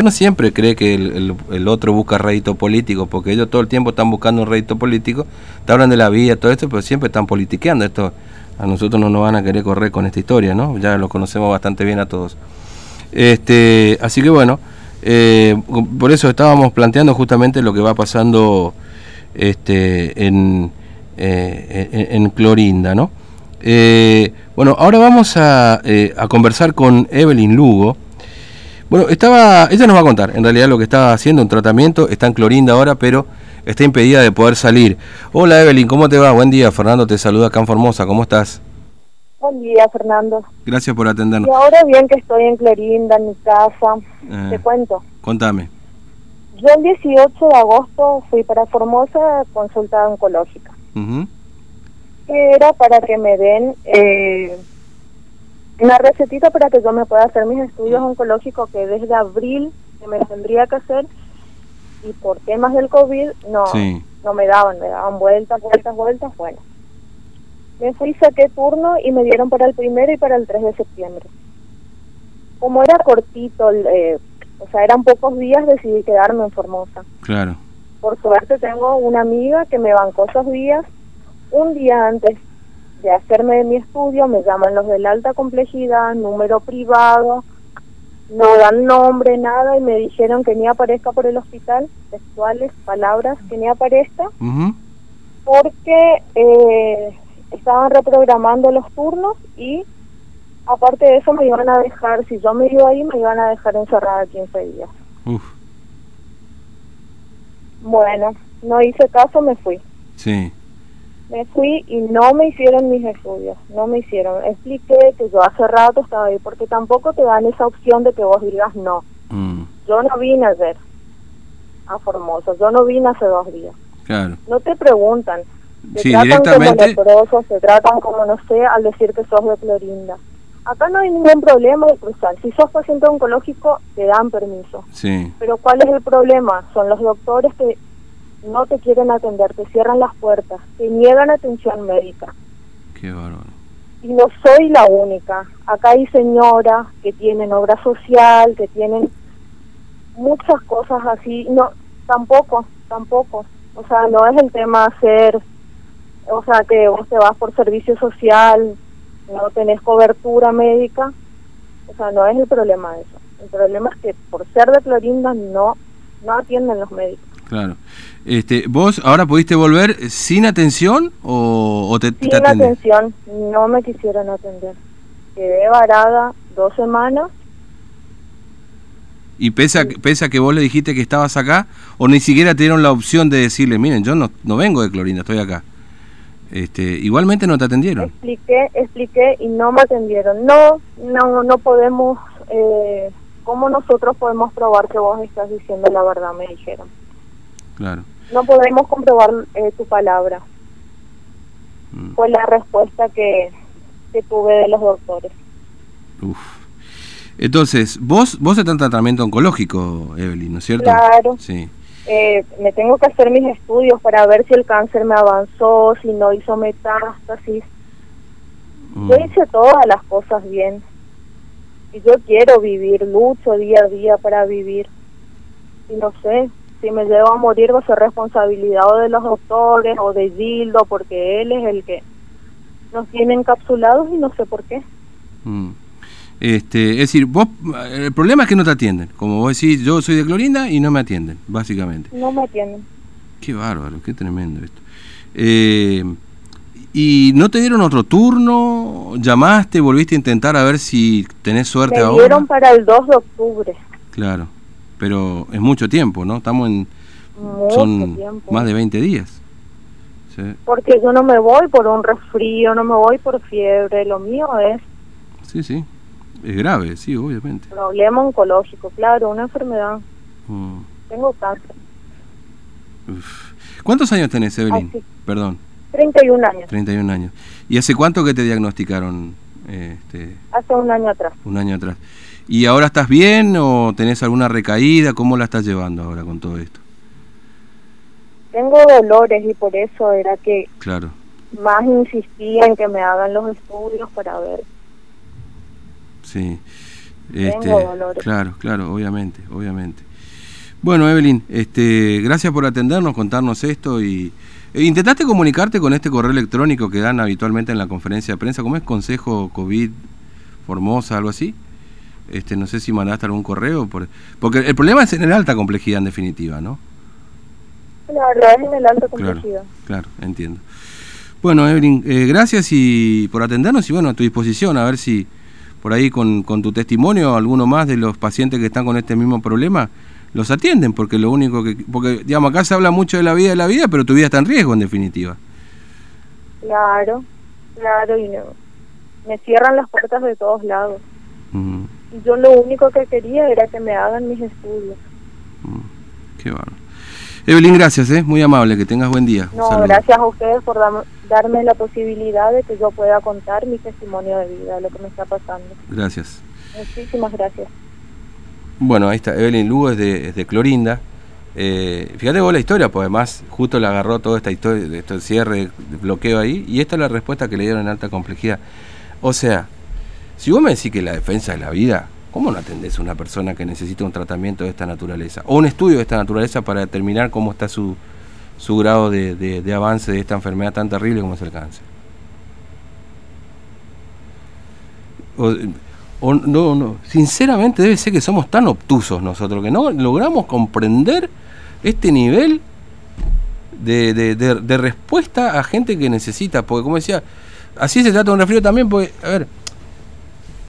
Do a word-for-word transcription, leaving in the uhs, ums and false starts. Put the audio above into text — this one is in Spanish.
uno siempre cree que el, el, el otro busca rédito político, porque ellos todo el tiempo están buscando un rédito político, te hablan de la vida, todo esto, pero siempre están politiqueando. Esto a nosotros no nos van a querer correr con esta historia, ¿no? Ya lo conocemos bastante bien a todos. Este, así que bueno, eh, por eso estábamos planteando justamente lo que va pasando este, en, eh, en, en Clorinda, ¿no? Eh, bueno, ahora vamos a, eh, a conversar con Evelyn Lugo. Bueno, estaba, ella nos va a contar en realidad lo que estaba haciendo, un tratamiento, está en Clorinda ahora, pero está impedida de poder salir. Hola Evelyn, ¿cómo te va? Buen día, Fernando te saluda acá en Formosa, ¿cómo estás? Buen día, Fernando. Gracias por atendernos. Y ahora bien que estoy en Clorinda, en mi casa, eh, te cuento. Contame. Yo el dieciocho de agosto fui para Formosa a consulta oncológica. Uh-huh. Que era para que me den eh, una recetita para que yo me pueda hacer mis estudios oncológicos, que desde abril que me tendría que hacer, y por temas del COVID no, sí. no me daban, me daban vueltas, vueltas, vueltas, bueno. Me fui, saqué turno y me dieron para el primero y para el tres de septiembre. Como era cortito, eh, o sea, eran pocos días, decidí quedarme en Formosa. Claro. Por suerte tengo una amiga que me bancó esos días. Un día antes de hacerme mi estudio, me llaman los de la alta complejidad, número privado, no dan nombre, nada, y me dijeron que ni aparezca por el hospital, textuales, palabras, que ni aparezca, uh-huh. porque eh, estaban reprogramando los turnos y aparte de eso me iban a dejar, si yo me iba ahí, me iban a dejar encerrada quince días. Uf. Bueno, no hice caso, me fui. Sí. Me fui y no me hicieron mis estudios, no me hicieron. Expliqué que yo hace rato estaba ahí, porque tampoco te dan esa opción de que vos digas no. Mm. Yo no vine ayer a Formosa, yo no vine hace dos días. Claro. No te preguntan, te sí, tratan directamente... como leprosos, te tratan como no sé, al decir que sos de Clorinda. Acá no hay ningún problema de cruzar. Si sos paciente oncológico, te dan permiso. Sí. Pero ¿cuál es el problema? Son los doctores que no te quieren atender, te cierran las puertas, te niegan atención médica. Qué bárbaro. Y no soy la única. Acá hay señoras que tienen obra social, que tienen muchas cosas así. No, tampoco, tampoco. O sea, no es el tema hacer, o sea, que vos te vas por servicio social, no tenés cobertura médica. O sea, no es el problema de eso. El problema es que por ser de Clorinda no, no atienden los médicos. Claro. Este, ¿Vos ahora pudiste volver sin atención o, o te, sin te atendés? atención, no me quisieron atender. Quedé varada dos semanas. ¿Y pese a, sí. pese a que vos le dijiste que estabas acá, o ni siquiera te dieron la opción de decirle, miren, yo no, no vengo de Clorinda, estoy acá? Este, igualmente no te atendieron. Expliqué, expliqué y no me atendieron. No, no, no podemos, eh, ¿cómo nosotros podemos probar que vos estás diciendo la verdad? Me dijeron. Claro. No podemos comprobar eh, tu palabra. Mm. Fue la respuesta que, que tuve de los doctores. Uf. Entonces, vos vos estás en tratamiento oncológico, Evelyn, ¿no es cierto? Claro. Sí. Eh, me tengo que hacer mis estudios para ver si el cáncer me avanzó, si no hizo metástasis. Mm. Yo hice todas las cosas bien. Y yo quiero vivir, lucho día a día para vivir. Y no sé, si me llevo a morir va a ser responsabilidad o de los doctores o de Gildo, porque él es el que nos tiene encapsulados y no sé por qué. Mm. Este, es decir, vos, el problema es que no te atienden. Como vos decís, yo soy de Clorinda y no me atienden, básicamente. No me atienden. Qué bárbaro, qué tremendo esto. Eh, ¿Y no te dieron otro turno? ¿Llamaste, volviste a intentar a ver si tenés suerte ahora? Me dieron para el dos de octubre. Claro, pero es mucho tiempo, ¿no? Estamos en... Mucho son tiempo. Más de veinte días. ¿Sí? Porque yo no me voy por un resfrío, no me voy por fiebre, lo mío es... Sí, sí, es grave, sí, obviamente. Problema oncológico, claro, una enfermedad. Mm. Tengo cáncer. Uf. ¿Cuántos años tenés, Evelyn? Así. Perdón. treinta y un años. treinta y un años. ¿Y hace cuánto que te diagnosticaron? Este, hace un año atrás. Un año atrás. ¿Y ahora estás bien o tenés alguna recaída? ¿Cómo la estás llevando ahora con todo esto? Tengo dolores y por eso era que claro. más insistía en que me hagan los estudios para ver. Sí. Este, tengo dolores. Claro, claro, obviamente, obviamente. Bueno, Evelyn, este, gracias por atendernos, contarnos esto y... ¿Intentaste comunicarte con este correo electrónico que dan habitualmente en la conferencia de prensa? ¿Cómo es? Consejo COVID Formosa, algo así. Este, no sé si mandaste algún correo, por, porque el problema es en el alta complejidad en definitiva, ¿no? La verdad es en el alta complejidad. Claro, claro, entiendo. Bueno, Evelyn, eh, gracias y por atendernos y bueno, a tu disposición, a ver si por ahí con, con tu testimonio alguno más de los pacientes que están con este mismo problema los atienden, porque lo único que... Porque, digamos, acá se habla mucho de la vida de la vida, pero tu vida está en riesgo, en definitiva. Claro, claro, y no. Me cierran las puertas de todos lados. Mm. Y yo lo único que quería era que me hagan mis estudios. Mm. Qué bárbaro. Evelyn, gracias, ¿eh? Muy amable, que tengas buen día. No, gracias a ustedes por dam- darme la posibilidad de que yo pueda contar mi testimonio de vida, lo que me está pasando. Gracias. Muchísimas gracias. Bueno, ahí está, Evelyn Lugo es de, es de Clorinda. Eh, fíjate vos la historia, pues además justo le agarró toda esta historia, de este cierre, de bloqueo ahí, y esta es la respuesta que le dieron en alta complejidad. O sea, si vos me decís que la defensa de la vida, ¿cómo no atendés a una persona que necesita un tratamiento de esta naturaleza? O un estudio de esta naturaleza para determinar cómo está su, su grado de, de, de avance de esta enfermedad tan terrible como es el cáncer. O, o no, no, sinceramente debe ser que somos tan obtusos nosotros que no logramos comprender este nivel de, de, de, de respuesta a gente que necesita, porque como decía, así se trata un resfrío también, porque, a ver,